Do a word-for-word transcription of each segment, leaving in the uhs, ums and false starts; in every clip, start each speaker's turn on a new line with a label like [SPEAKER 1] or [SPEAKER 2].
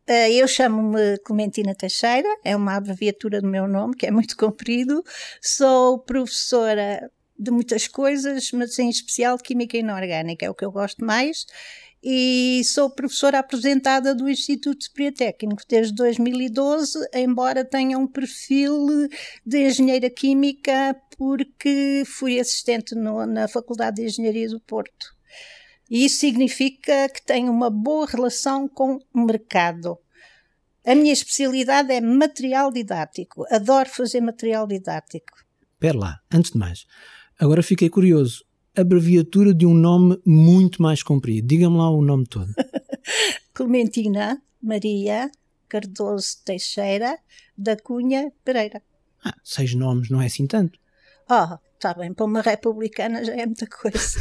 [SPEAKER 1] Eu chamo-me Clementina Teixeira, é uma abreviatura do meu nome, que é muito comprido. Sou professora de muitas coisas, mas em especial de Química Inorgânica, é o que eu gosto mais. E sou professora aposentada do Instituto Superior Técnico desde dois mil e doze, embora tenha um perfil de engenheira química, porque fui assistente no, na Faculdade de Engenharia do Porto. E isso significa que tenho uma boa relação com o mercado. A minha especialidade é material didático. Adoro fazer material didático.
[SPEAKER 2] Espera lá, antes de mais. Agora fiquei curioso. Abreviatura de um nome muito mais comprido. Diga-me lá o nome todo.
[SPEAKER 1] Clementina Maria Cardoso Teixeira da Cunha Pereira.
[SPEAKER 2] Ah, seis nomes, não é assim tanto?
[SPEAKER 1] Oh, está bem, para uma republicana já é muita coisa.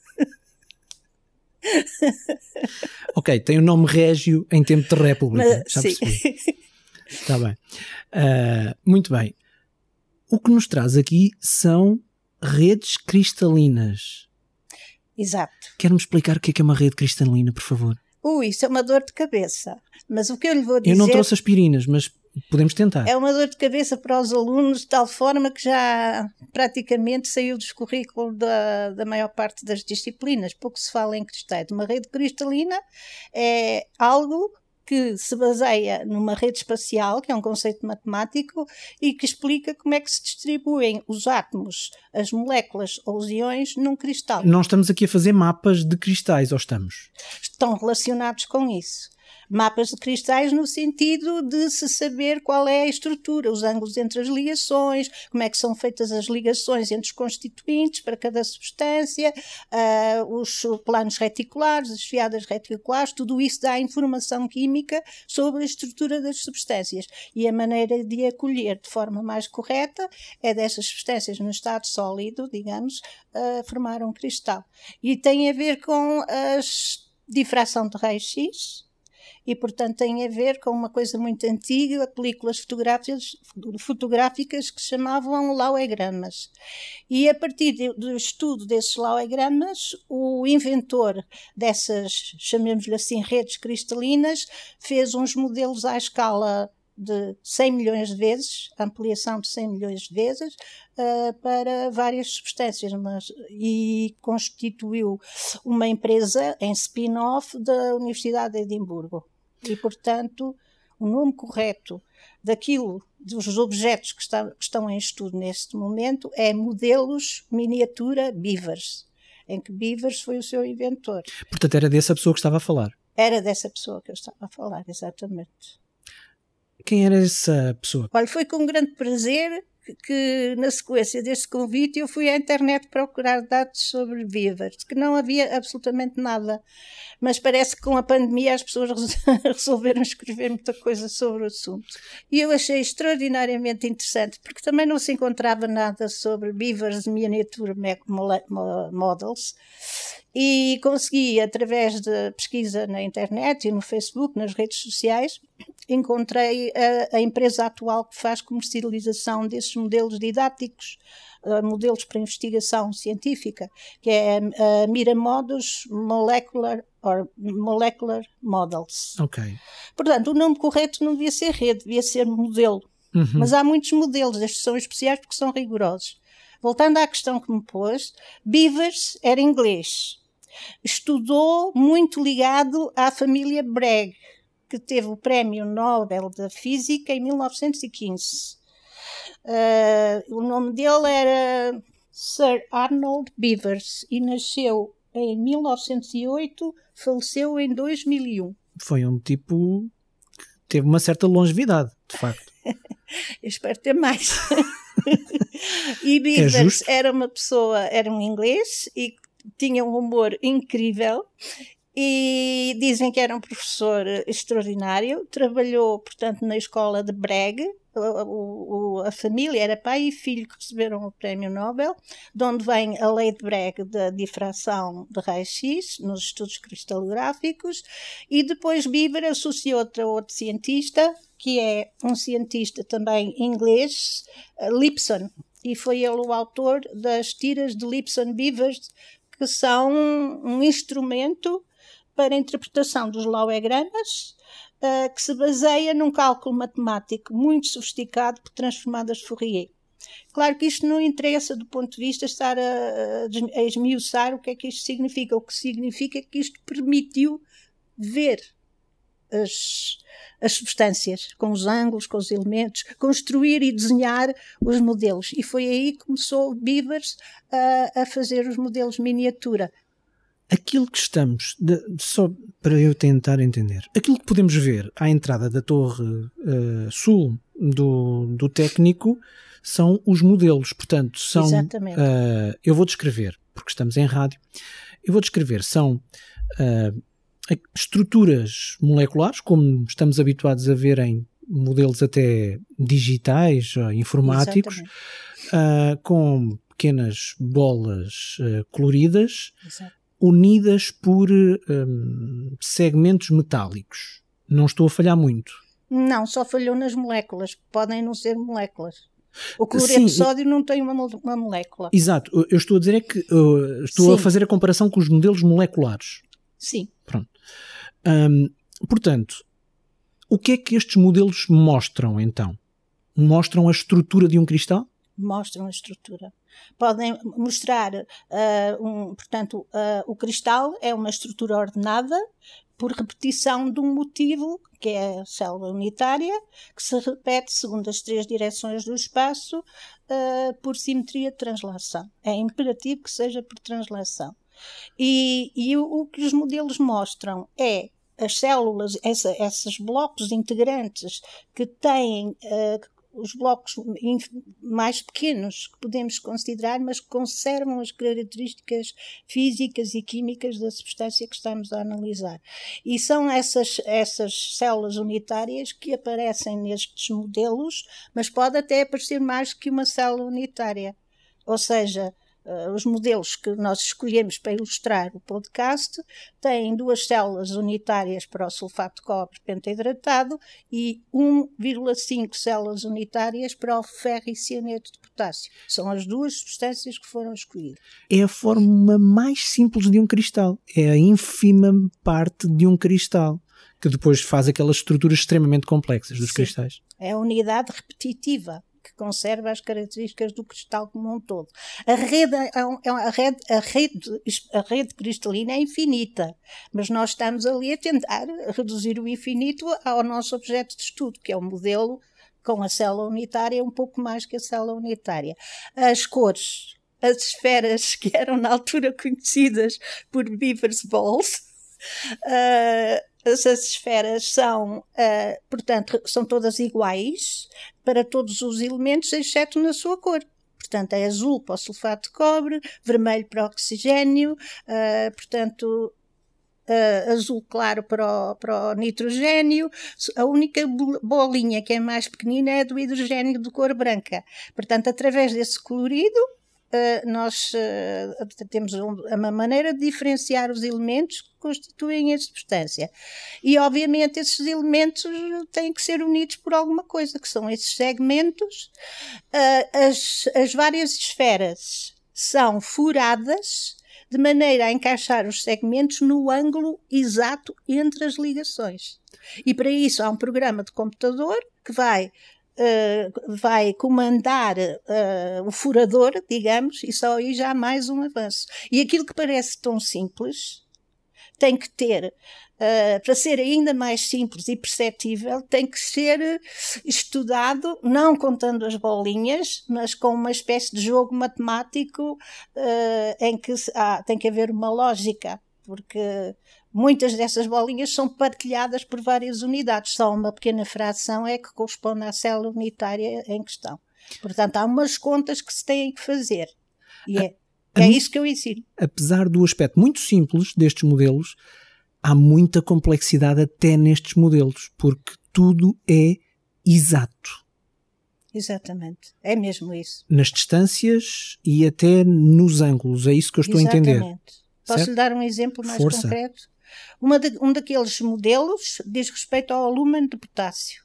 [SPEAKER 2] Ok, tem o nome régio em tempo de república,
[SPEAKER 1] Mas,
[SPEAKER 2] já
[SPEAKER 1] sim.
[SPEAKER 2] percebi. Está bem. Uh, muito bem. O que nos traz aqui são redes cristalinas.
[SPEAKER 1] Exato.
[SPEAKER 2] Quer-me explicar o que é que é uma rede cristalina, por favor?
[SPEAKER 1] Ui, isso é uma dor de cabeça. Mas o que eu lhe vou dizer...
[SPEAKER 2] Eu não trouxe aspirinas, mas podemos tentar.
[SPEAKER 1] É uma dor de cabeça para os alunos de tal forma que já praticamente saiu dos currículos da, da maior parte das disciplinas. Pouco se fala em cristais. Uma rede cristalina é algo que se baseia numa rede espacial, que é um conceito matemático, e que explica como é que se distribuem os átomos, as moléculas ou os íons num cristal.
[SPEAKER 2] Não estamos aqui a fazer mapas de cristais, ou estamos?
[SPEAKER 1] Estão relacionados com isso. Mapas de cristais no sentido de se saber qual é a estrutura, os ângulos entre as ligações, como é que são feitas as ligações entre os constituintes para cada substância, uh, os planos reticulares, as fiadas reticulares, tudo isso dá informação química sobre a estrutura das substâncias. E a maneira de acolher de forma mais correta é dessas substâncias no estado sólido, digamos, uh, formar um cristal. E tem a ver com a difração de raio-x, e, portanto, tem a ver com uma coisa muito antiga, películas fotográficas, fotográficas que se chamavam lauegramas. E, a partir de, do estudo desses lauegramas, o inventor dessas, chamemos-lhe assim, redes cristalinas, fez uns modelos à escala de cem milhões de vezes, ampliação de cem milhões de vezes, uh, para várias substâncias, mas, e constituiu uma empresa em spin-off da Universidade de Edimburgo. E, portanto, o nome correto daquilo, dos objetos que, está, que estão em estudo neste momento, é modelos miniatura Beavers, em que Beavers foi o seu inventor.
[SPEAKER 2] Portanto, era dessa pessoa que estava a falar?
[SPEAKER 1] Era dessa pessoa que eu estava a falar, exatamente.
[SPEAKER 2] Quem era essa pessoa?
[SPEAKER 1] Olha, foi com grande prazer que, que na sequência deste convite eu fui à internet procurar dados sobre Beavers, que não havia absolutamente nada. Mas parece que com a pandemia as pessoas resolveram escrever muita coisa sobre o assunto. E eu achei extraordinariamente interessante, porque também não se encontrava nada sobre Beavers Miniature Models. E consegui, através de pesquisa na internet e no Facebook, nas redes sociais, encontrei a, a empresa atual que faz comercialização desses modelos didáticos, uh, modelos para investigação científica, que é a Miramodus Molecular, or Molecular Models.
[SPEAKER 2] Ok.
[SPEAKER 1] Portanto, o nome correto não devia ser rede, devia ser modelo. Uhum. Mas há muitos modelos, estes são especiais porque são rigorosos. Voltando à questão que me pôs, Beavers era inglês. Estudou muito ligado à família Bragg, que teve o Prémio Nobel da Física em mil novecentos e quinze. Uh, o nome dele era Sir Arnold Beavers e nasceu em mil novecentos e oito, faleceu em dois mil e um.
[SPEAKER 2] Foi um tipo que teve uma certa longevidade, de facto.
[SPEAKER 1] Eu espero ter mais. E Beavers é era uma pessoa, era um inglês e tinha um humor incrível e dizem que era um professor extraordinário, trabalhou, portanto, na escola de Bragg. O, o, a família era pai e filho que receberam o Prémio Nobel, de onde vem a lei de Bragg da difração de raio-x nos estudos cristalográficos, e depois Beaver associou-se a outro cientista, que é um cientista também inglês, Lipson, e foi ele o autor das tiras de Lipson-Beavers, que são um instrumento para a interpretação dos lauegramas, uh, que se baseia num cálculo matemático muito sofisticado por transformadas de Fourier. Claro que isto não interessa do ponto de vista de estar a, a esmiuçar o que é que isto significa. O que significa é que isto permitiu ver as, as substâncias, com os ângulos, com os elementos, construir e desenhar os modelos. E foi aí que começou Beavers a, a fazer os modelos miniatura.
[SPEAKER 2] Aquilo que estamos, de, só para eu tentar entender, aquilo que podemos ver à entrada da torre uh, sul do, do técnico são os modelos, portanto, são, uh, eu vou descrever, porque estamos em rádio, eu vou descrever, são uh, estruturas moleculares, como estamos habituados a ver em modelos até digitais, uh, informáticos, uh, com pequenas bolas uh, coloridas, Exato. unidas por um, segmentos metálicos. Não estou a falhar muito.
[SPEAKER 1] Não, só falhou nas moléculas, podem não ser moléculas. O cloreto de sódio não tem uma, uma molécula.
[SPEAKER 2] Exato, eu estou a dizer é que uh, estou Sim. a fazer a comparação com os modelos moleculares.
[SPEAKER 1] Sim.
[SPEAKER 2] Pronto. Um, portanto, o que é que estes modelos mostram então? Mostram a estrutura de um cristal?
[SPEAKER 1] Mostram a estrutura. Podem mostrar, uh, um, portanto, uh, o cristal é uma estrutura ordenada por repetição de um motivo, que é a célula unitária, que se repete segundo as três direções do espaço, uh, por simetria de translação. É imperativo que seja por translação. E, e o, o que os modelos mostram é as células, essa, esses blocos integrantes que têm uh, os blocos mais pequenos que podemos considerar, mas que conservam as características físicas e químicas da substância que estamos a analisar. E são essas, essas células unitárias que aparecem nestes modelos, mas pode até aparecer mais que uma célula unitária. Ou seja, Uh, os modelos que nós escolhemos para ilustrar o podcast têm duas células unitárias para o sulfato de cobre pentahidratado e um vírgula cinco células unitárias para o ferricianeto de potássio. São as duas substâncias que foram escolhidas.
[SPEAKER 2] É a forma mais simples de um cristal. É a ínfima parte de um cristal, que depois faz aquelas estruturas extremamente complexas dos Sim. cristais.
[SPEAKER 1] É a unidade repetitiva que conserva as características do cristal como um todo. A rede, a rede, a rede, a rede cristalina é infinita, mas nós estamos ali a tentar reduzir o infinito ao nosso objeto de estudo, que é o modelo com a célula unitária, um pouco mais que a célula unitária. As cores, as esferas que eram na altura conhecidas por Beavers Balls, uh, essas esferas são, uh, portanto, são todas iguais para todos os elementos, exceto na sua cor. Portanto, é azul para o sulfato de cobre, vermelho para o oxigênio, uh, portanto, uh, azul claro para o, para o nitrogênio. A única bolinha que é mais pequenina é a do hidrogênio de cor branca. Portanto, através desse colorido, Uh, nós uh, temos uma maneira de diferenciar os elementos que constituem a substância. E, obviamente, esses elementos têm que ser unidos por alguma coisa, que são esses segmentos. Uh, as, as várias esferas são furadas de maneira a encaixar os segmentos no ângulo exato entre as ligações. E, para isso, há um programa de computador que vai... Uh, vai comandar uh, o furador, digamos, e só aí já há mais um avanço. E aquilo que parece tão simples tem que ter, uh, para ser ainda mais simples e perceptível, tem que ser estudado, não contando as bolinhas, mas com uma espécie de jogo matemático uh, em que ah, tem que haver uma lógica, porque muitas dessas bolinhas são partilhadas por várias unidades, só uma pequena fração é que corresponde à célula unitária em questão. Portanto, há umas contas que se têm que fazer. E é, a, a, é isso que eu ensino.
[SPEAKER 2] Apesar do aspecto muito simples destes modelos, há muita complexidade até nestes modelos, porque tudo é exato.
[SPEAKER 1] Exatamente, é mesmo isso.
[SPEAKER 2] Nas distâncias e até nos ângulos, é isso que eu estou
[SPEAKER 1] Exatamente.
[SPEAKER 2] a entender.
[SPEAKER 1] Posso lhe dar um exemplo mais
[SPEAKER 2] Força.
[SPEAKER 1] concreto? Uma de, um daqueles modelos diz respeito ao alumínio de potássio.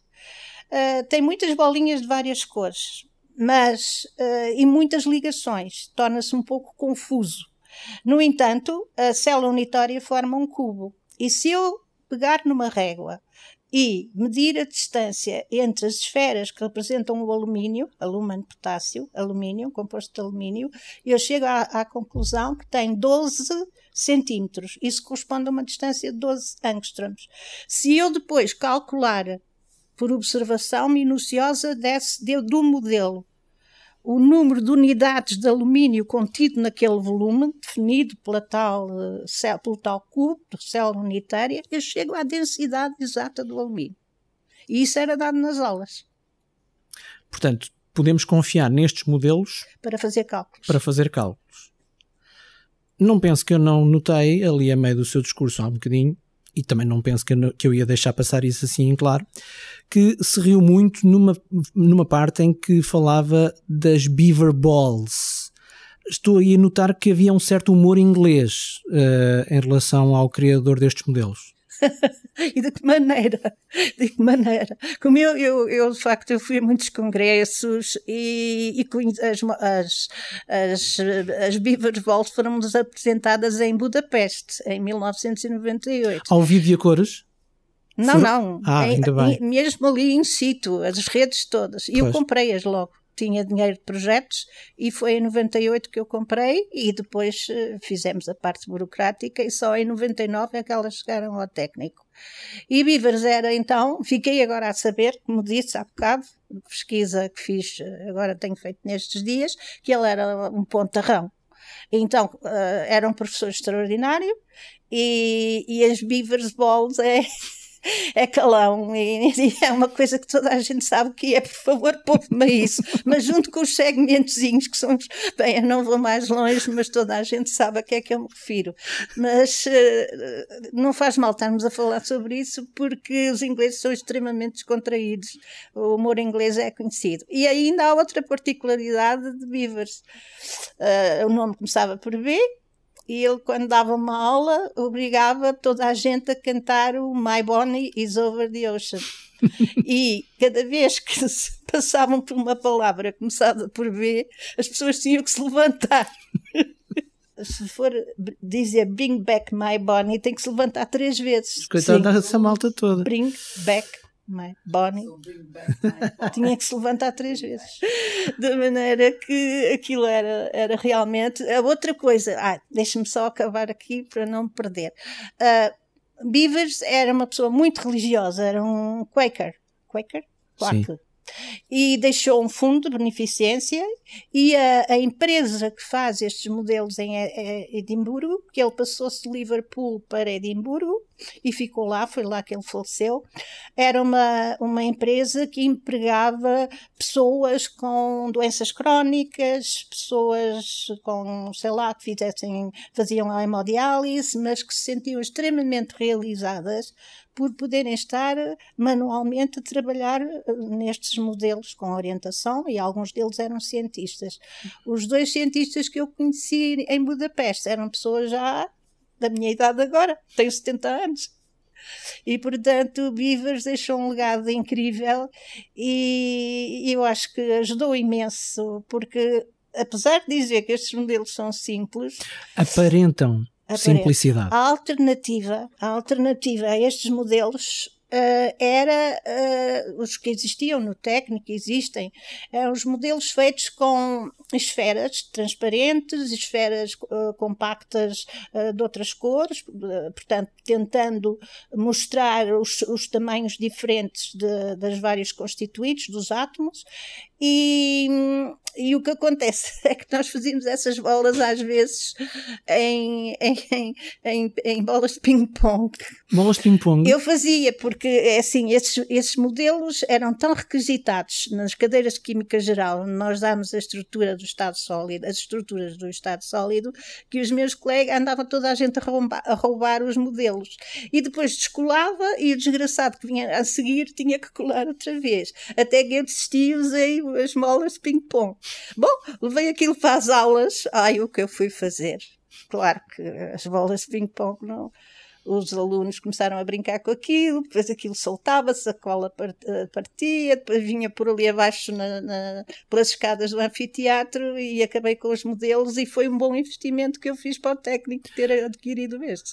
[SPEAKER 1] Uh, tem muitas bolinhas de várias cores, mas uh, e muitas ligações. Torna-se um pouco confuso. No entanto, a célula unitária forma um cubo. E se eu pegar numa régua e medir a distância entre as esferas que representam o alumínio, alumínio, potássio, alumínio, composto de alumínio, eu chego à, à conclusão que tem doze centímetros. Isso corresponde a uma distância de doze angstroms. Se eu depois calcular por observação minuciosa desse, de, do modelo o número de unidades de alumínio contido naquele volume, definido pela tal, uh, pelo tal cubo, de célula unitária, eu chego à densidade exata do alumínio. E isso era dado nas aulas.
[SPEAKER 2] Portanto, podemos confiar nestes modelos
[SPEAKER 1] para fazer cálculos.
[SPEAKER 2] Para fazer cálculos. Não penso que eu não notei ali a meio do seu discurso há um bocadinho, e também não penso que eu, que eu ia deixar passar isso assim em claro, que se riu muito numa, numa parte em que falava das beaver balls. Estou aí a notar que havia um certo humor inglês uh, em relação ao criador destes modelos.
[SPEAKER 1] E de que maneira? De que maneira? Como eu, eu, eu de facto, eu fui a muitos congressos e, e as, as, as, as Beaver Balls foram-nos apresentadas em Budapeste, em mil novecentos e noventa e oito.
[SPEAKER 2] Ao vivo e a cores?
[SPEAKER 1] Não, não.
[SPEAKER 2] Ah,
[SPEAKER 1] em,
[SPEAKER 2] ainda bem.
[SPEAKER 1] Mesmo ali in situ, as redes todas. E eu comprei-as logo. Tinha dinheiro de projetos e foi em noventa e oito que eu comprei e depois uh, fizemos a parte burocrática e só em noventa e nove é que elas chegaram ao técnico. E Beavers era então, fiquei agora a saber, como disse há bocado, pesquisa que fiz, agora tenho feito nestes dias, que ele era um pontarrão. Então, uh, era um professor extraordinário e, e as Beavers Balls é... é calão e, e é uma coisa que toda a gente sabe que é, por favor, poupe-me isso, mas junto com os segmentozinhos que são, bem, eu não vou mais longe, mas toda a gente sabe a que é que eu me refiro, mas uh, não faz mal estarmos a falar sobre isso porque os ingleses são extremamente descontraídos, o humor inglês é conhecido. E ainda há outra particularidade de Beavers, uh, o nome começava por B. E ele, quando dava uma aula, obrigava toda a gente a cantar o My Bonnie is Over the Ocean. E cada vez que passavam por uma palavra começada por B, as pessoas tinham que se levantar. Se for dizer Bring Back My Bonnie, tem que se levantar três vezes.
[SPEAKER 2] Coitada dessa malta toda.
[SPEAKER 1] Bring Back My Bonnie. Tinha que se levantar três vezes. De maneira que aquilo era, era realmente... A outra coisa... Ah, deixa-me só acabar aqui para não me perder. Uh, Beavers era uma pessoa muito religiosa. Era um Quaker. Quaker? Quaker. E deixou um fundo de beneficência e a, a empresa que faz estes modelos em Edimburgo, que ele passou-se de Liverpool para Edimburgo e ficou lá, foi lá que ele faleceu, era uma, uma empresa que empregava pessoas com doenças crónicas, pessoas com, sei lá, que fizessem, faziam a hemodiálise, mas que se sentiam extremamente realizadas por poderem estar manualmente a trabalhar nestes modelos com orientação, e alguns deles eram cientistas. Os dois cientistas que eu conheci em Budapeste eram pessoas já da minha idade agora, tenho setenta anos. E, portanto, Beavers deixou um legado incrível e eu acho que ajudou imenso, porque, apesar de dizer que estes modelos são simples...
[SPEAKER 2] Aparentam simplicidade.
[SPEAKER 1] A alternativa, a alternativa a estes modelos uh, era uh, os que existiam no técnico, existem, eram os modelos feitos com esferas transparentes, esferas uh, compactas uh, de outras cores, uh, portanto, tentando mostrar os, os tamanhos diferentes de, das vários constituintes dos átomos. E, e o que acontece é que nós fazíamos essas bolas às vezes em, em, em, em bolas de ping-pong.
[SPEAKER 2] Bolas de ping-pong?
[SPEAKER 1] Eu fazia, porque é assim, esses, esses modelos eram tão requisitados nas cadeiras de Química Geral, onde nós dámos a estrutura do estado sólido, as estruturas do estado sólido, que os meus colegas andavam toda a gente a roubar, a roubar os modelos. E depois descolava e o desgraçado que vinha a seguir tinha que colar outra vez. Até que eu desisti e usei as bolas de ping-pong. Bom, levei aquilo para as aulas. Ai, o que eu fui fazer? Claro que as bolas de ping-pong não... Os alunos começaram a brincar com aquilo, depois aquilo soltava-se, a cola partia, depois vinha por ali abaixo na, na, pelas escadas do anfiteatro e acabei com os modelos e foi um bom investimento que eu fiz para o técnico ter adquirido estes.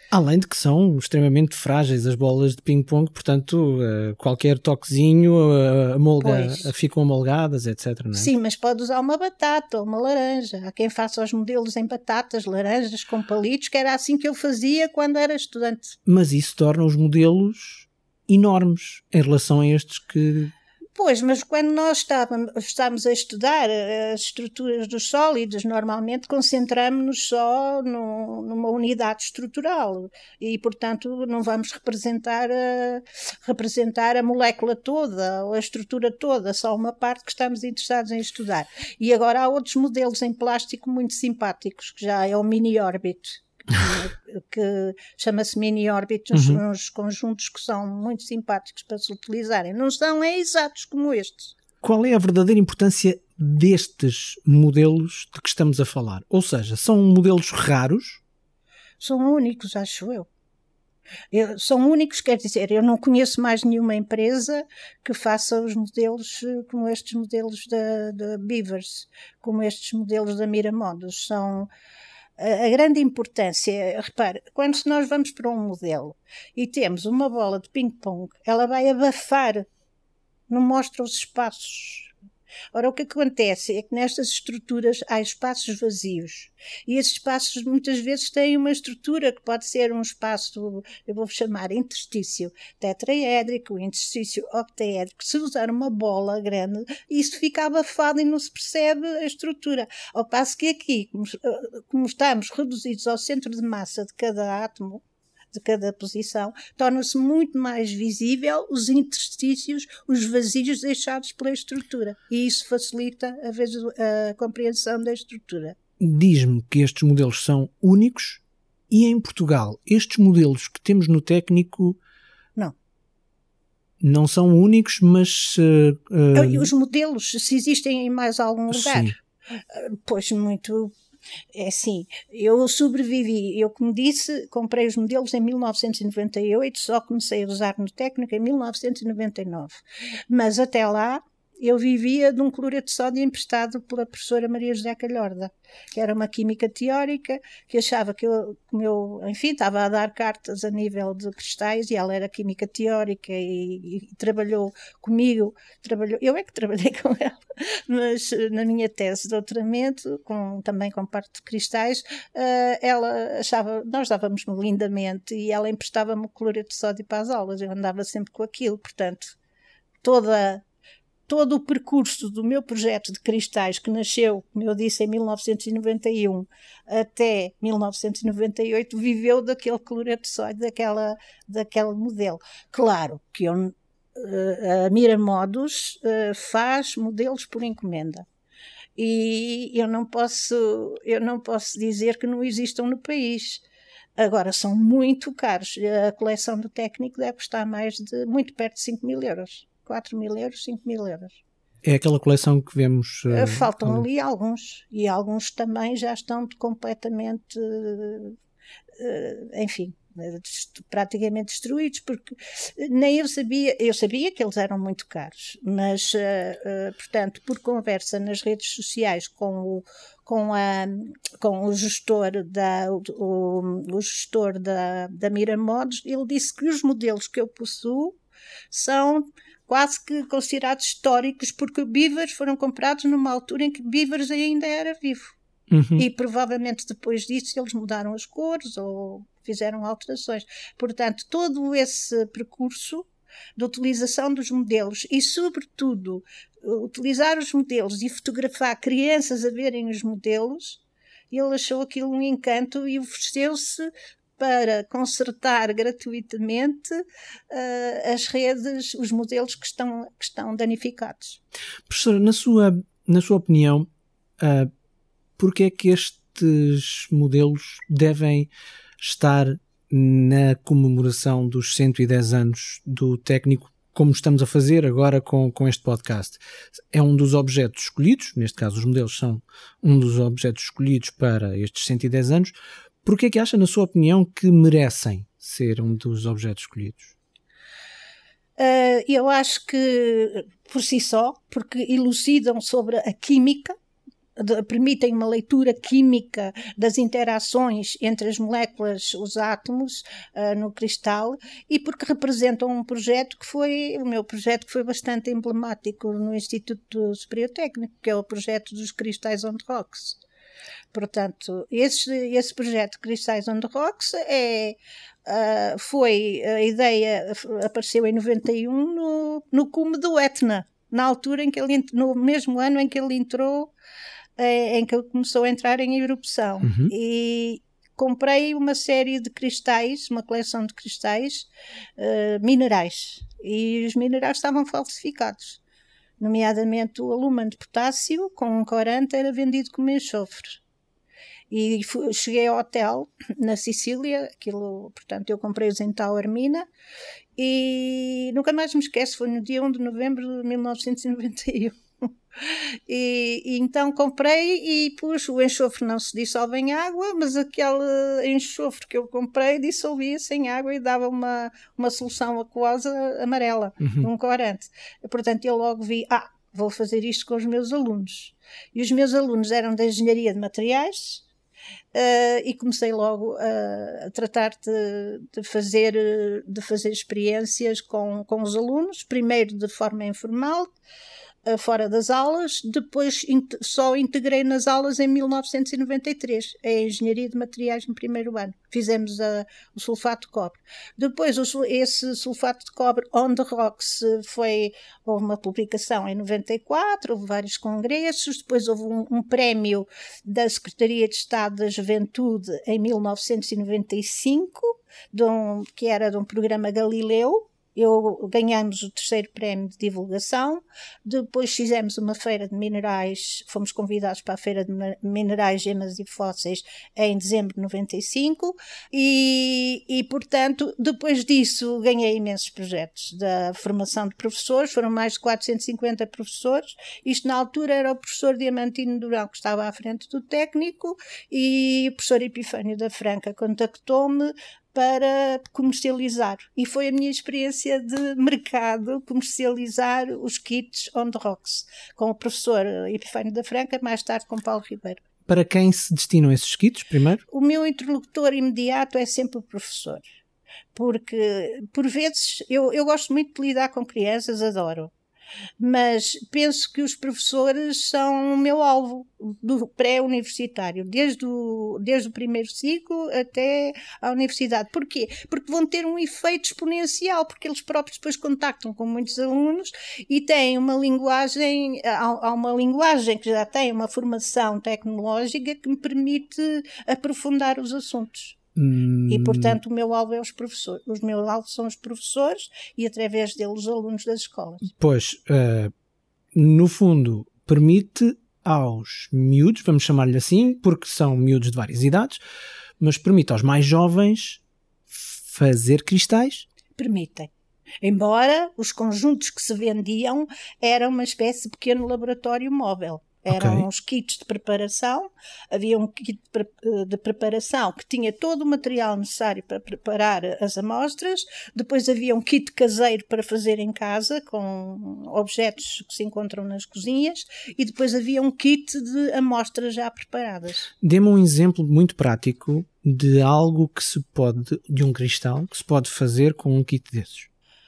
[SPEAKER 2] Além de que são extremamente frágeis as bolas de ping-pong, portanto, qualquer toquezinho, a molga, ficam amolgadas, etcétera. Não é?
[SPEAKER 1] Sim, mas pode usar uma batata ou uma laranja. Há quem faça os modelos em batatas, laranjas, com palitos, que era assim que eu fazia quando era estudante.
[SPEAKER 2] Mas isso torna os modelos enormes em relação a estes que...
[SPEAKER 1] Pois, mas quando nós estávamos, estávamos a estudar as estruturas dos sólidos, normalmente concentramos-nos só no, numa unidade estrutural e, portanto, não vamos representar a, representar a molécula toda ou a estrutura toda, só uma parte que estamos interessados em estudar. E agora há outros modelos em plástico muito simpáticos, que já é o mini-orbit. que chama-se mini-orbit, uns, uhum. uns conjuntos que são muito simpáticos para se utilizarem. Não são é exatos como estes.
[SPEAKER 2] Qual é a verdadeira importância destes modelos de que estamos a falar? Ou seja, são modelos raros?
[SPEAKER 1] São únicos, acho eu. eu. São únicos, quer dizer, eu não conheço mais nenhuma empresa que faça os modelos como estes modelos da, da Beavers, como estes modelos da Miramondos. São... A grande importância, repare, quando nós vamos para um modelo e temos uma bola de ping-pong, ela vai abafar, não mostra os espaços. Ora, o que acontece é que nestas estruturas há espaços vazios e esses espaços muitas vezes têm uma estrutura que pode ser um espaço, eu vou chamar interstício tetraédrico, interstício octaédrico. Se usar uma bola grande, isso fica abafado e não se percebe a estrutura. Ao passo que aqui, como, como estamos reduzidos ao centro de massa de cada átomo, de cada posição, torna-se muito mais visível os interstícios, os vazios deixados pela estrutura. E isso facilita a, vez, a compreensão da estrutura.
[SPEAKER 2] Diz-me que estes modelos são únicos e em Portugal, estes modelos que temos no técnico...
[SPEAKER 1] Não.
[SPEAKER 2] Não são únicos, mas... Uh, uh...
[SPEAKER 1] Os modelos, se existem em mais algum lugar, uh, pois muito... É assim, eu sobrevivi, eu como disse, comprei os modelos em mil novecentos e noventa e oito, só comecei a usar no técnico em mil novecentos e noventa e nove, mas até lá eu vivia de um cloreto de sódio emprestado pela professora Maria José Calhorda, que era uma química teórica, que achava que eu, como eu, enfim, estava a dar cartas a nível de cristais, e ela era química teórica e, e trabalhou comigo, trabalhou, eu é que trabalhei com ela, mas na minha tese de doutoramento, com, também com parte de cristais, uh, ela achava, nós dávamos-me lindamente, e ela emprestava-me o cloreto de sódio para as aulas, eu andava sempre com aquilo, portanto, toda... Todo o percurso do meu projeto de cristais, que nasceu, como eu disse, em mil novecentos e noventa e um até mil novecentos e noventa e oito, viveu daquele cloreto de sódio, daquela, daquele modelo. Claro que eu, a Miramondos faz modelos por encomenda. E eu não posso, eu não posso dizer que não existam no país. Agora, são muito caros. A coleção do técnico deve custar mais de, muito perto de cinco mil euros. quatro mil euros, cinco mil euros.
[SPEAKER 2] É aquela coleção que vemos... Uh,
[SPEAKER 1] Faltam ali. ali alguns. E alguns também já estão completamente, uh, enfim, praticamente destruídos, porque nem eu sabia, eu sabia que eles eram muito caros, mas, uh, uh, portanto, por conversa nas redes sociais com o, com a, com o gestor da, o, o gestor da, da Miramondos, ele disse que os modelos que eu possuo são quase que considerados históricos, porque Beavers foram comprados numa altura em que Beavers ainda era vivo. Uhum. E provavelmente depois disso eles mudaram as cores ou fizeram alterações. Portanto, todo esse percurso de utilização dos modelos e, sobretudo, utilizar os modelos e fotografar crianças a verem os modelos, ele achou aquilo um encanto e ofereceu-se para consertar gratuitamente uh, as redes, os modelos que estão, que estão danificados.
[SPEAKER 2] Professora, na sua, na sua opinião, uh, porque é que estes modelos devem estar na comemoração dos cento e dez anos do técnico, como estamos a fazer agora com, com este podcast? É um dos objetos escolhidos, neste caso os modelos são um dos objetos escolhidos para estes cento e dez anos. Porquê é que acha, na sua opinião, que merecem ser um dos objetos escolhidos?
[SPEAKER 1] Uh, eu acho que, por si só, porque elucidam sobre a química de, permitem uma leitura química das interações entre as moléculas, os átomos, uh, no cristal, e porque representam um projeto que foi, o meu projeto que foi bastante emblemático no Instituto Superior Técnico, que é o projeto dos cristais on the rocks. Portanto, esse, esse projeto Cristais on the Rocks é, uh, foi, a ideia apareceu em noventa e um no, no cume do Etna, na altura em que ele, no mesmo ano em que ele entrou, é, em que ele começou a entrar em erupção.
[SPEAKER 2] Uhum.
[SPEAKER 1] E comprei uma série de cristais, uma coleção de cristais uh, minerais, e os minerais estavam falsificados, nomeadamente o alumínio de potássio com um corante era vendido como enxofre. E fui, cheguei ao hotel na Sicília, aquilo, portanto eu comprei-os em Taormina, e nunca mais me esqueço, foi no dia um de novembro de mil novecentos e noventa e um. E, e então comprei e pus, o enxofre não se dissolve em água, mas aquele enxofre que eu comprei dissolvia-se em água e dava uma, uma solução aquosa amarela,
[SPEAKER 2] uhum.
[SPEAKER 1] um corante. Portanto eu logo vi, ah, vou fazer isto com os meus alunos. E os meus alunos eram da Engenharia de Materiais, Uh, e comecei logo uh, a tratar de, de, fazer, de fazer experiências com, com os alunos, primeiro de forma informal, uh, fora das aulas, depois int- só integrei nas aulas em mil novecentos e noventa e três, a Engenharia de Materiais no primeiro ano. Fizemos a, o sulfato de cobre. Depois o, esse sulfato de cobre on the rocks foi, houve uma publicação em noventa e quatro, houve vários congressos, depois houve um, um prémio da Secretaria de Estado da Juventude em mil novecentos e noventa e cinco, de um, que era de um programa Galileu. Eu ganhamos o terceiro prémio de divulgação, depois fizemos uma feira de minerais, fomos convidados para a feira de minerais, gemas e fósseis em dezembro de noventa e cinco e, e portanto depois disso ganhei imensos projetos da formação de professores, foram mais de quatrocentos e cinquenta professores, isto na altura era o professor Diamantino Durão que estava à frente do técnico e o professor Epifânio da Franca contactou-me para comercializar, e foi a minha experiência de mercado comercializar os kits on the rocks com o professor Epifânio da Franca, mais tarde com Paulo Ribeiro.
[SPEAKER 2] Para quem se destinam esses kits, primeiro?
[SPEAKER 1] O meu interlocutor imediato é sempre o professor, porque por vezes eu, eu gosto muito de lidar com crianças, adoro, mas penso que os professores são o meu alvo do pré-universitário, desde o, desde o primeiro ciclo até à universidade. Porquê? Porque vão ter um efeito exponencial, porque eles próprios depois contactam com muitos alunos e têm uma linguagem, há, há uma linguagem que já tem uma formação tecnológica que me permite aprofundar os assuntos.
[SPEAKER 2] Hum...
[SPEAKER 1] E, portanto, o meu alvo é os professores. Os meus alvos são os professores e, através deles, os alunos das escolas.
[SPEAKER 2] Pois, uh, no fundo, permite aos miúdos, vamos chamar-lhe assim, porque são miúdos de várias idades, mas permite aos mais jovens fazer cristais?
[SPEAKER 1] Permitem. Embora os conjuntos que se vendiam eram uma espécie de pequeno laboratório móvel. Eram okay. Os kits de preparação, havia um kit de, pre- de preparação que tinha todo o material necessário para preparar as amostras, depois havia um kit caseiro para fazer em casa, com objetos que se encontram nas cozinhas, e depois havia um kit de amostras já preparadas.
[SPEAKER 2] Dê-me um exemplo muito prático de algo que se pode, de um cristal, que se pode fazer com um kit desses.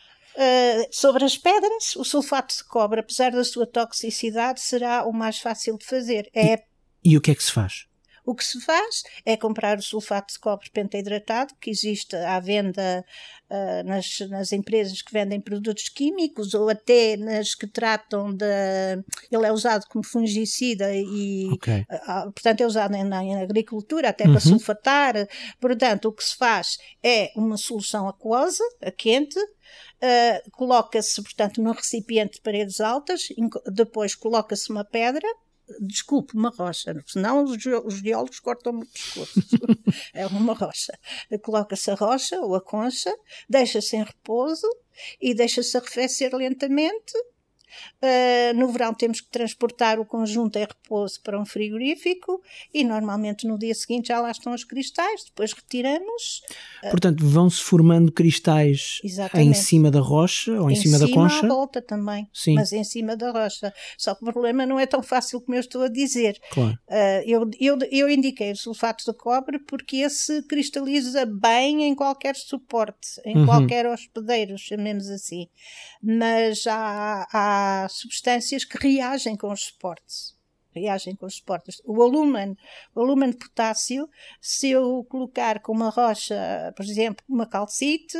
[SPEAKER 1] Uh, sobre as pedras, o sulfato de cobre, apesar da sua toxicidade, será o mais fácil de fazer. É...
[SPEAKER 2] E, e o que é que se faz?
[SPEAKER 1] O que se faz é comprar o sulfato de cobre pentahidratado, que existe à venda uh, nas, nas empresas que vendem produtos químicos ou até nas que tratam de... Ele é usado como fungicida e,
[SPEAKER 2] okay.
[SPEAKER 1] uh, portanto, é usado na, na agricultura até
[SPEAKER 2] uhum.
[SPEAKER 1] para sulfatar. Portanto, o que se faz é uma solução aquosa, a quente, uh, coloca-se, portanto, num recipiente de paredes altas, depois coloca-se uma pedra, desculpe, uma rocha, senão os, os geólogos cortam-me o pescoço. É uma rocha. Coloca-se a rocha ou a concha, deixa-se em repouso e deixa-se arrefecer lentamente. Uh, no verão temos que transportar o conjunto em repouso para um frigorífico e normalmente no dia seguinte já lá estão os cristais, depois retiramos.
[SPEAKER 2] Portanto, vão-se formando cristais
[SPEAKER 1] Exatamente.
[SPEAKER 2] em cima da rocha ou em,
[SPEAKER 1] em
[SPEAKER 2] cima,
[SPEAKER 1] cima
[SPEAKER 2] da concha?
[SPEAKER 1] à volta também,
[SPEAKER 2] Sim.
[SPEAKER 1] Mas em cima da rocha. Só que o problema não é tão fácil como eu estou a dizer.
[SPEAKER 2] Claro.
[SPEAKER 1] Uh, eu, eu, eu indiquei o sulfato de cobre porque esse cristaliza bem em qualquer suporte, em
[SPEAKER 2] uhum.
[SPEAKER 1] qualquer hospedeiro, chamemos assim. Mas há, há substâncias que reagem com os suportes. Reagem com os suportes. O alúmen, o alúmen de potássio, se eu colocar com uma rocha, por exemplo, uma calcite,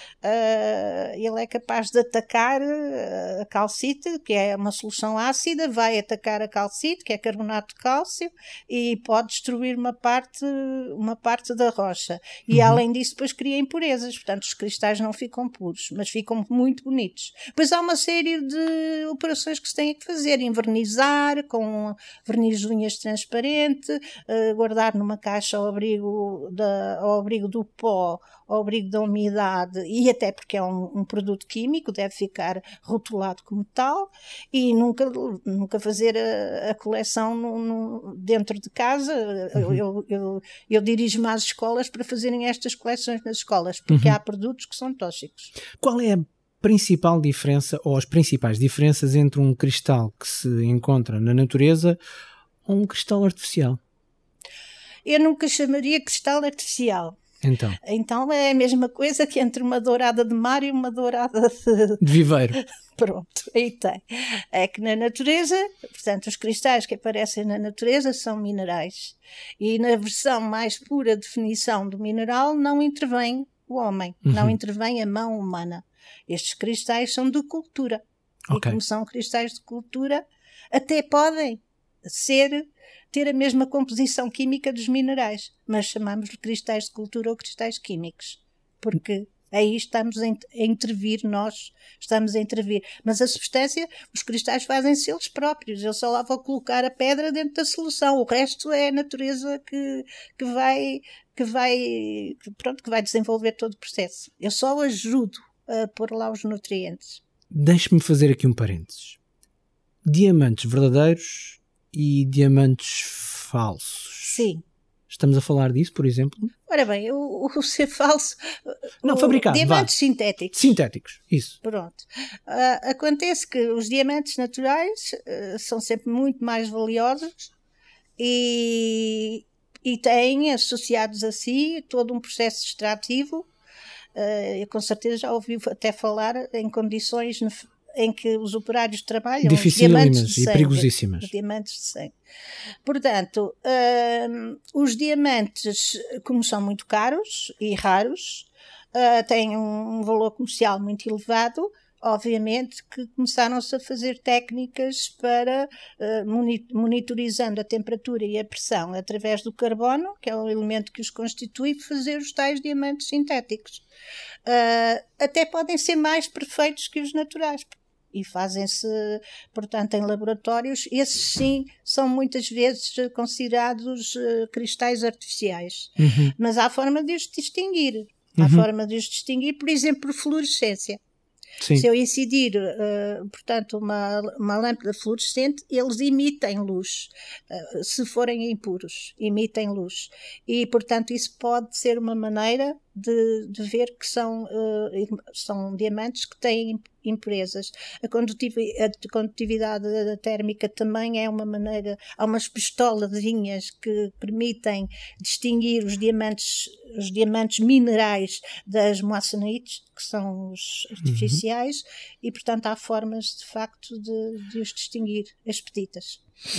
[SPEAKER 1] uh, ele é capaz de atacar a calcite, que é uma solução ácida, vai atacar a calcite, que é carbonato de cálcio, e pode destruir uma parte, uma parte da rocha. E uhum. além disso, depois cria impurezas. Portanto, os cristais não ficam puros, mas ficam muito bonitos. Depois há uma série de operações que se têm que fazer. Envernizar com verniz de unhas transparente, uh, guardar numa caixa ao abrigo, da, ao abrigo do pó, ao abrigo da umidade, e até porque é um, um produto químico, deve ficar rotulado como tal, e nunca, nunca fazer a, a coleção no, no, dentro de casa. Uhum. Eu, eu, eu dirijo-me às escolas para fazerem estas coleções nas escolas, porque uhum. há produtos que são tóxicos.
[SPEAKER 2] Qual é a principal diferença, ou as principais diferenças entre um cristal que se encontra na natureza ou um cristal artificial?
[SPEAKER 1] Eu nunca chamaria cristal artificial.
[SPEAKER 2] Então?
[SPEAKER 1] Então é a mesma coisa que entre uma dourada de mar e uma dourada de...
[SPEAKER 2] de viveiro.
[SPEAKER 1] Pronto, aí tem. É que na natureza, portanto, os cristais que aparecem na natureza são minerais. E na versão mais pura definição do mineral não intervém o homem, uhum. não intervém a mão humana. Estes cristais são de cultura. Okay. E como são cristais de cultura, até podem ser, ter a mesma composição química dos minerais, mas chamamos-lhe cristais de cultura ou cristais químicos, porque aí estamos a intervir, nós estamos a intervir. Mas a substância, os cristais fazem-se eles próprios, eu só lá vou colocar a pedra dentro da solução, o resto é a natureza que, que vai, que vai, pronto, que vai desenvolver todo o processo. Eu só ajudo a pôr lá os nutrientes.
[SPEAKER 2] Deixe-me fazer aqui um parênteses. Diamantes verdadeiros e diamantes falsos.
[SPEAKER 1] Sim.
[SPEAKER 2] Estamos a falar disso, por exemplo?
[SPEAKER 1] Ora bem, o, o ser falso...
[SPEAKER 2] Não, fabricado.
[SPEAKER 1] Diamantes
[SPEAKER 2] vá.
[SPEAKER 1] sintéticos.
[SPEAKER 2] Sintéticos, isso.
[SPEAKER 1] Pronto. Uh, acontece que os diamantes naturais uh, são sempre muito mais valiosos e, e têm associados a si todo um processo extrativo. Uh, eu com certeza já ouvi até falar em condições em que os operários trabalham
[SPEAKER 2] dificílimas e perigosíssimas.
[SPEAKER 1] Diamantes de sangue. Portanto, uh, os diamantes, como são muito caros e raros, uh, têm um, um valor comercial muito elevado. Obviamente que começaram-se a fazer técnicas para, uh, monitorizando a temperatura e a pressão através do carbono, que é o elemento que os constitui, fazer os tais diamantes sintéticos. Uh, até podem ser mais perfeitos que os naturais. E fazem-se, portanto, em laboratórios. Esses sim são muitas vezes considerados uh, cristais artificiais. Uhum. Mas há forma de os distinguir. Há uhum. forma de os distinguir, por exemplo, por fluorescência. Sim. Se eu incidir, uh, portanto, uma, uma lâmpada fluorescente, eles emitem luz. Uh, se forem impuros, emitem luz. E, portanto, isso pode ser uma maneira de, de ver que são, uh, são diamantes que têm impurezas. A condutividade, a condutividade térmica também é uma maneira. Há umas pistolazinhas que permitem distinguir os diamantes, os diamantes minerais das moassanites, que são os artificiais, uhum. e, portanto, há formas, de facto, de, de os distinguir, as petitas.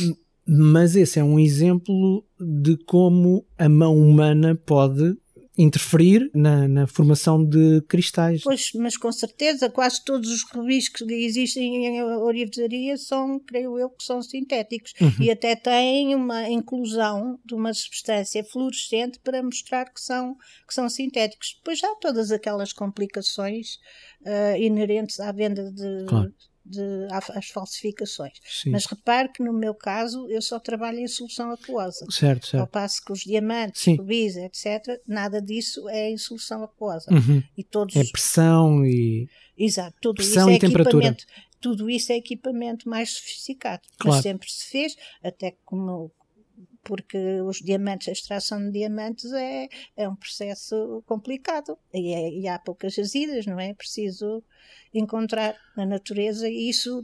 [SPEAKER 2] Mas esse é um exemplo de como a mão humana pode interferir na, na formação de cristais.
[SPEAKER 1] Pois, mas com certeza, quase todos os rubis que existem em ourivesaria são, creio eu, que são sintéticos. Uhum. E até têm uma inclusão de uma substância fluorescente para mostrar que são, que são sintéticos. Depois há todas aquelas complicações uh, inerentes à venda de... Claro. De, às falsificações. Sim. Mas repare que no meu caso eu só trabalho em solução aquosa.
[SPEAKER 2] Certo, certo.
[SPEAKER 1] Ao passo que os diamantes,
[SPEAKER 2] Sim.
[SPEAKER 1] rubis, etcétera, nada disso é em solução aquosa.
[SPEAKER 2] Uhum.
[SPEAKER 1] E todos
[SPEAKER 2] é pressão e...
[SPEAKER 1] Exato, tudo
[SPEAKER 2] pressão
[SPEAKER 1] isso é
[SPEAKER 2] e temperatura.
[SPEAKER 1] Equipamento, tudo isso é equipamento mais sofisticado.
[SPEAKER 2] Claro.
[SPEAKER 1] Mas sempre se fez, até como... porque os diamantes, a extração de diamantes é, é um processo complicado e, é, e há poucas jazidas, não é? É preciso encontrar na natureza e isso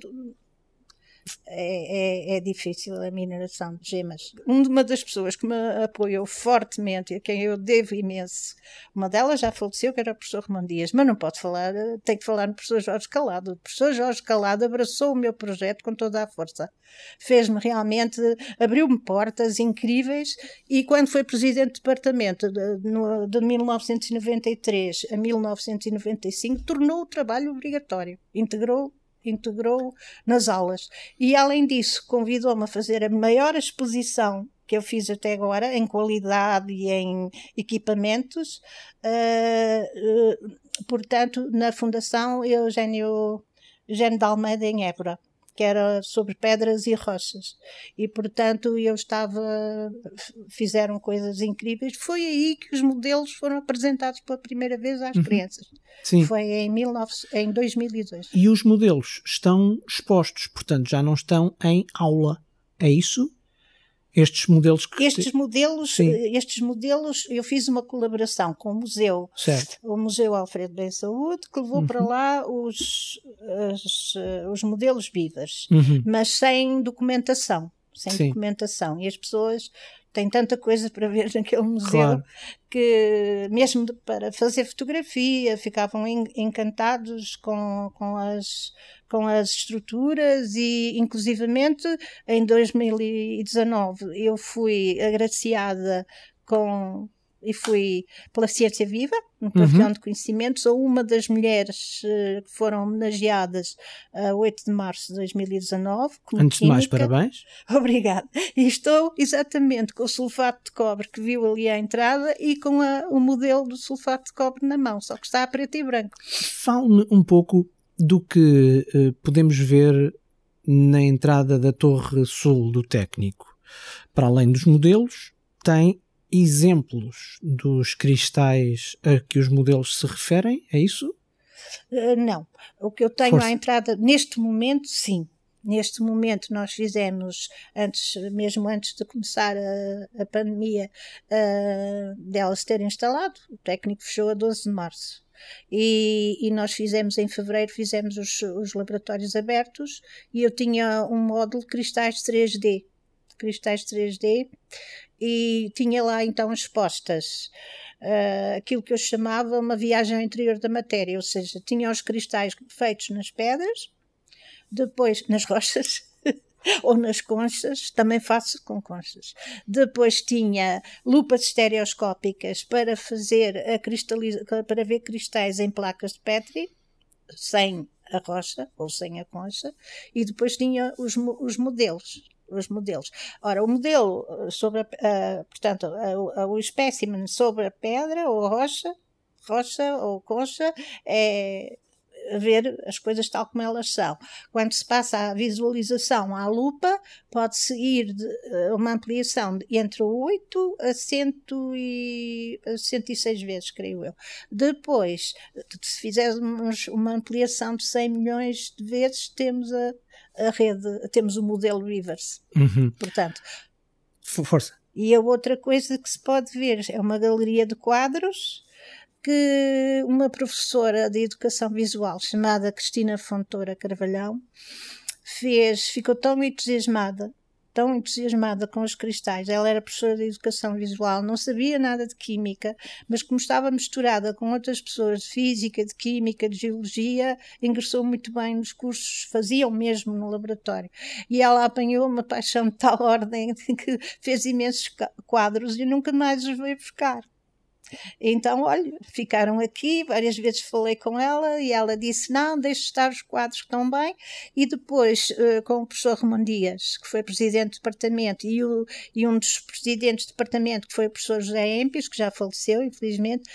[SPEAKER 1] é, é, é difícil, a mineração de gemas. Uma das pessoas que me apoiou fortemente e a quem eu devo imenso, uma delas já faleceu, que era o professor Romão Dias, mas não pode falar, tem que falar no professor Jorge Calado. O professor Jorge Calado abraçou o meu projeto com toda a força. Fez-me realmente, abriu-me portas incríveis e quando foi presidente do departamento de, no, de mil novecentos e noventa e três a mil novecentos e noventa e cinco, tornou o trabalho obrigatório, integrou integrou nas aulas e além disso convidou-me a fazer a maior exposição que eu fiz até agora em qualidade e em equipamentos, uh, uh, portanto na Fundação Eugênio, Eugênio de Almeida em Évora, que era sobre pedras e rochas e portanto eu estava, fizeram coisas incríveis, foi aí que os modelos foram apresentados pela primeira vez às uhum. crianças.
[SPEAKER 2] Sim.
[SPEAKER 1] Foi em, dezenove, em dois mil e dois.
[SPEAKER 2] E os modelos estão expostos, portanto já não estão em aula, é isso? Estes modelos que...
[SPEAKER 1] Estes modelos, estes modelos, eu fiz uma colaboração com o museu,
[SPEAKER 2] certo.
[SPEAKER 1] o Museu Alfredo Bem Saúde, que levou uhum. para lá os, os, os modelos vivos,
[SPEAKER 2] uhum.
[SPEAKER 1] mas sem documentação, sem
[SPEAKER 2] Sim.
[SPEAKER 1] documentação. E as pessoas têm tanta coisa para ver naquele museu,
[SPEAKER 2] claro.
[SPEAKER 1] que mesmo para fazer fotografia ficavam encantados com, com as... com as estruturas e, inclusivamente, em dois mil e dezanove eu fui agraciada com, e fui pela Ciência Viva, no Pavilhão uhum. de Conhecimento. Sou uma das mulheres uh, que foram homenageadas a oito de março de dois mil e dezanove.
[SPEAKER 2] Antes química. De mais, parabéns.
[SPEAKER 1] Obrigada. E estou exatamente com o sulfato de cobre que viu ali à entrada e com a, o modelo do sulfato de cobre na mão, só que está a preto e branco.
[SPEAKER 2] Fale-me um pouco do que uh, podemos ver na entrada da Torre Sul do Técnico. Para além dos modelos, tem exemplos dos cristais a que os modelos se referem, é isso?
[SPEAKER 1] Uh, não. O que eu tenho
[SPEAKER 2] Força.
[SPEAKER 1] À entrada, neste momento, sim. Neste momento nós fizemos, antes, mesmo antes de começar a, a pandemia, uh, dela se ter instalado, o Técnico fechou a doze de março. E, e nós fizemos em fevereiro, fizemos os, os laboratórios abertos e eu tinha um módulo de cristais três D, cristais três D e tinha lá então expostas uh, aquilo que eu chamava uma viagem ao interior da matéria, ou seja, tinha os cristais feitos nas pedras, depois nas rochas ou nas conchas, também faço com conchas. Depois tinha lupas estereoscópicas para fazer a cristaliza, para ver cristais em placas de Petri, sem a rocha ou sem a concha, e depois tinha os, os modelos. Os modelos. Ora, o modelo sobre a, a, portanto, a, a, o espécimen sobre a pedra ou a rocha, rocha ou concha, é ver as coisas tal como elas são. Quando se passa a visualização à lupa, pode-se ir de, uh, uma ampliação de entre oito a cento e seis vezes, creio eu. Depois, se fizermos uma ampliação de cem milhões de vezes, temos a, a rede, temos o modelo Rivers.
[SPEAKER 2] Uhum.
[SPEAKER 1] Portanto,
[SPEAKER 2] força.
[SPEAKER 1] E a outra coisa que se pode ver é uma galeria de quadros que uma professora de educação visual chamada Cristina Fontoura Carvalhão fez, ficou tão entusiasmada, tão entusiasmada com os cristais. Ela era professora de educação visual, não sabia nada de química, mas como estava misturada com outras pessoas de física, de química, de geologia, ingressou muito bem nos cursos, faziam mesmo no laboratório. E ela apanhou uma paixão de tal ordem que fez imensos quadros e nunca mais os veio buscar. Então, olha, ficaram aqui, várias vezes falei com ela e ela disse, não, deixe estar os quadros que estão bem. E depois, uh, com o professor Romão Dias, que foi presidente do departamento, e, o, e um dos presidentes do departamento, que foi o professor José Empios, que já faleceu, infelizmente,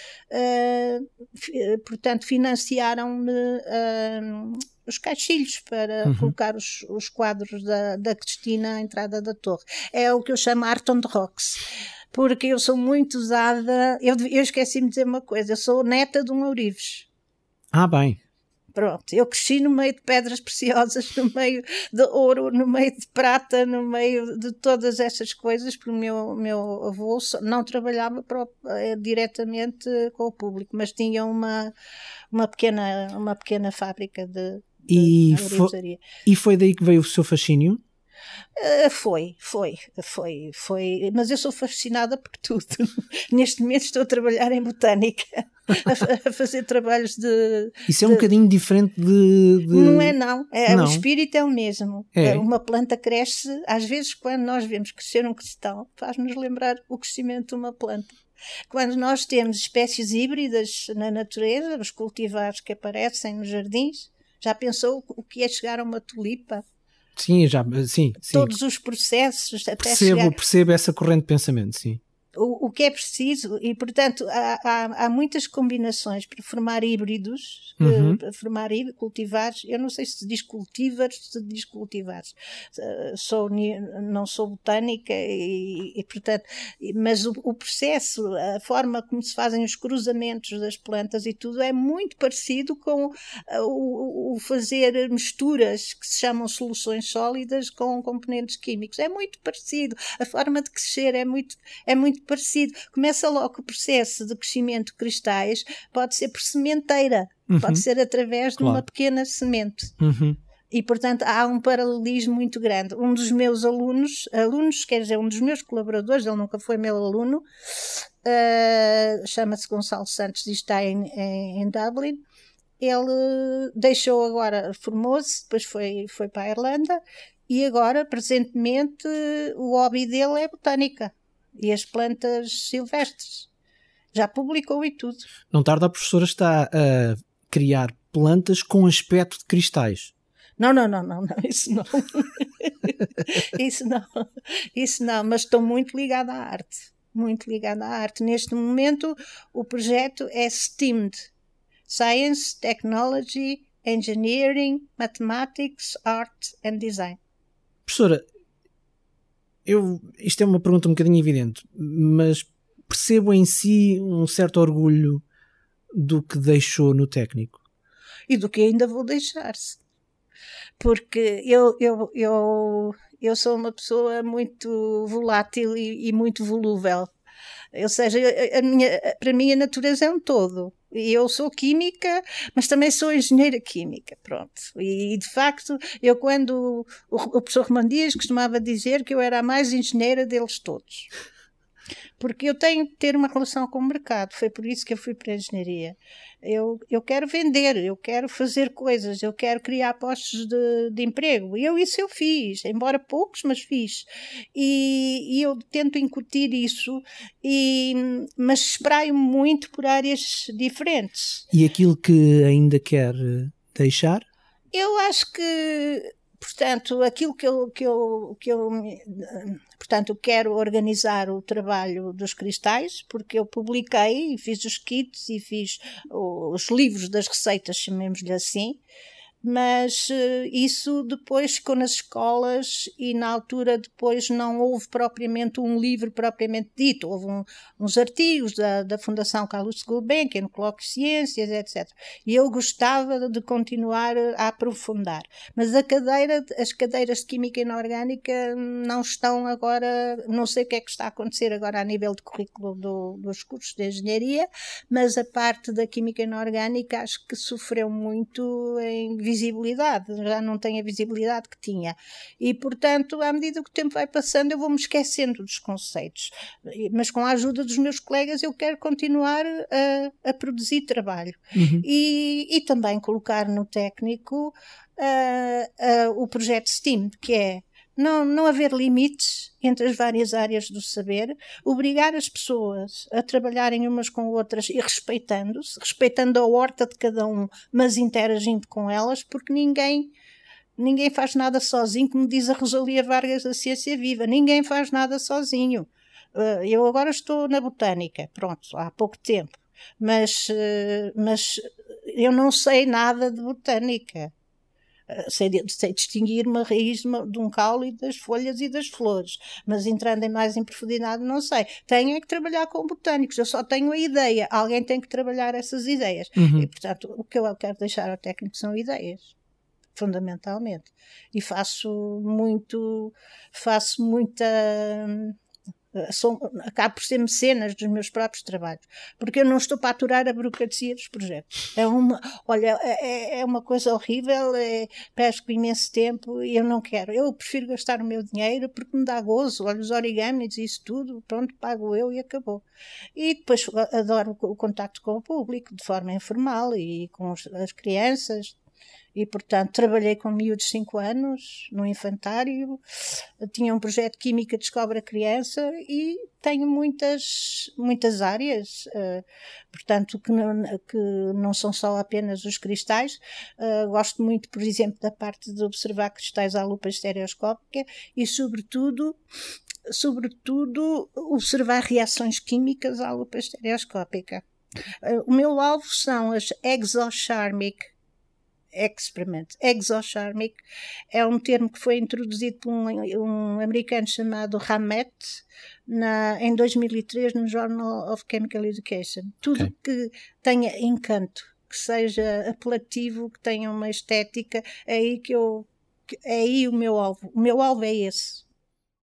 [SPEAKER 1] uh, portanto, financiaram-me uh, os caixilhos para uhum. colocar os, os quadros da, da Cristina à entrada da torre. É o que eu chamo Art on the Rocks. Porque eu sou muito usada, eu, eu esqueci-me de dizer uma coisa, eu sou neta de um ourives.
[SPEAKER 2] Ah, bem.
[SPEAKER 1] Pronto, eu cresci no meio de pedras preciosas, no meio de ouro, no meio de prata, no meio de todas essas coisas, porque o meu, meu avô não trabalhava pro, eh, diretamente com o público, mas tinha uma, uma, pequena, uma pequena fábrica de, de
[SPEAKER 2] e, fo
[SPEAKER 1] ourivesaria.
[SPEAKER 2] E foi daí que veio o seu fascínio?
[SPEAKER 1] Uh, foi, foi, foi, foi, mas eu sou fascinada por tudo. Neste momento estou a trabalhar em botânica, a, a fazer trabalhos de...
[SPEAKER 2] Isso é um
[SPEAKER 1] de...
[SPEAKER 2] bocadinho diferente de, de...
[SPEAKER 1] Não é não, é,
[SPEAKER 2] não.
[SPEAKER 1] O espírito é o mesmo.
[SPEAKER 2] É.
[SPEAKER 1] Uma planta cresce, às vezes quando nós vemos crescer um cristal, faz-nos lembrar o crescimento de uma planta. Quando nós temos espécies híbridas na natureza, os cultivares que aparecem nos jardins, já pensou o que é chegar a uma tulipa?
[SPEAKER 2] Sim, já, sim, sim.
[SPEAKER 1] Todos os processos até
[SPEAKER 2] percebo,
[SPEAKER 1] chegar...
[SPEAKER 2] Percebo essa corrente de pensamento, sim.
[SPEAKER 1] O, o que é preciso, e portanto há, há, há muitas combinações para formar híbridos,
[SPEAKER 2] uhum.
[SPEAKER 1] para formar híbridos, cultivares. Eu não sei se se diz cultivares, se diz cultivares. Uh, sou, não sou botânica, e, e portanto, mas o, o processo, a forma como se fazem os cruzamentos das plantas e tudo é muito parecido com uh, o, o fazer misturas que se chamam soluções sólidas com componentes químicos. É muito parecido. A forma de crescer é muito, é muito parecido. Começa logo o processo de crescimento de cristais, pode ser por sementeira, uhum. pode ser através claro. de uma pequena semente.
[SPEAKER 2] Uhum.
[SPEAKER 1] E, portanto, há um paralelismo muito grande. Um dos meus alunos, alunos, quer dizer, um dos meus colaboradores, ele nunca foi meu aluno, uh, chama-se Gonçalo Santos e está em, em, em Dublin. Ele deixou agora, formou-se, depois foi, foi para a Irlanda e agora, presentemente, o hobby dele é botânica. E as plantas silvestres. Já publicou e tudo.
[SPEAKER 2] Não tarda, a professora está a criar plantas com aspecto de cristais.
[SPEAKER 1] Não, não, não, não, não isso não. isso não. Isso não, mas estou muito ligada à arte. Muito ligada à arte. Neste momento, o projeto é STEAMed. Science, Technology, Engineering, Mathematics, Art and Design.
[SPEAKER 2] Professora, Eu, isto é uma pergunta um bocadinho evidente, mas percebo em si um certo orgulho do que deixou no técnico.
[SPEAKER 1] E do que ainda vou deixar-se. Porque eu, eu, eu, eu sou uma pessoa muito volátil e, e muito volúvel. Ou seja, a minha, para mim a natureza é um todo. E eu sou química, mas também sou engenheira química, pronto. E, de facto, eu quando... O, o professor Romão Dias costumava dizer que eu era a mais engenheira deles todos. Porque eu tenho que ter uma relação com o mercado. Foi por isso que eu fui para a engenharia. Eu, eu quero vender, eu quero fazer coisas, eu quero criar postos de, de emprego. E eu, isso eu fiz, embora poucos, mas fiz. E, e eu tento incutir isso, e, mas espraio muito por áreas diferentes.
[SPEAKER 2] E aquilo que ainda quer deixar?
[SPEAKER 1] Eu acho que... Portanto, aquilo que eu, que, eu, que eu portanto, quero organizar o trabalho dos cristais, porque eu publiquei e fiz os kits e fiz os livros das receitas, chamemos-lhe assim, mas uh, isso depois ficou nas escolas e na altura depois não houve propriamente um livro propriamente dito, houve um, uns artigos da, da Fundação Carlos Gulbenkian, no Colóquio de Ciências, etcétera. E eu gostava de continuar a aprofundar. Mas a cadeira, as cadeiras de Química Inorgânica não estão agora, não sei o que é que está a acontecer agora a nível de currículo do, dos cursos de Engenharia, mas a parte da Química Inorgânica acho que sofreu muito em visibilidade, já não tem a visibilidade que tinha. E, portanto, à medida que o tempo vai passando, eu vou-me esquecendo dos conceitos. Mas com a ajuda dos meus colegas, eu quero continuar a, a produzir trabalho. Uhum. E, e também colocar no técnico uh, uh, o projeto STEAM, que é Não, não haver limites entre as várias áreas do saber, obrigar as pessoas a trabalharem umas com outras e respeitando-se, respeitando a horta de cada um, mas interagindo com elas, porque ninguém, ninguém faz nada sozinho, como diz a Rosalia Vargas da Ciência Viva, ninguém faz nada sozinho. Eu agora estou na botânica, pronto, há pouco tempo, mas, mas eu não sei nada de botânica. Sei, sei distinguir uma raiz de, uma, de um caule, das folhas e das flores, mas entrando em mais em profundidade não sei. Tenho é que trabalhar com botânicos, eu só tenho a ideia, alguém tem que trabalhar essas ideias. Uhum. E portanto o que eu quero deixar ao técnico são ideias, fundamentalmente. E faço muito, faço muita... Sou, acabo por ser mecenas dos meus próprios trabalhos, porque eu não estou para aturar a burocracia dos projetos. É uma, olha, é, é uma coisa horrível, é, pesco imenso tempo e eu não quero. Eu prefiro gastar o meu dinheiro porque me dá gozo. Olha, os origamis e isso tudo, pronto, pago eu e acabou. E depois adoro o contacto com o público, de forma informal e com as crianças. E, portanto, trabalhei com miúdos de cinco anos no infantário, tinha um projeto de Química Descobre a Criança e tenho muitas, muitas áreas, uh, portanto, que não, que não são só apenas os cristais. Uh, gosto muito, por exemplo, da parte de observar cristais à lupa estereoscópica e, sobretudo, sobretudo, observar reações químicas à lupa estereoscópica. Uh, o meu alvo são as exocharmic experiment. Exocharmic é um termo que foi introduzido por um, um americano chamado Hammett na, em dois mil e três no Journal of Chemical Education. Tudo okay. que tenha encanto, que seja apelativo, que tenha uma estética, é aí que eu, é aí o meu alvo. O meu alvo é esse.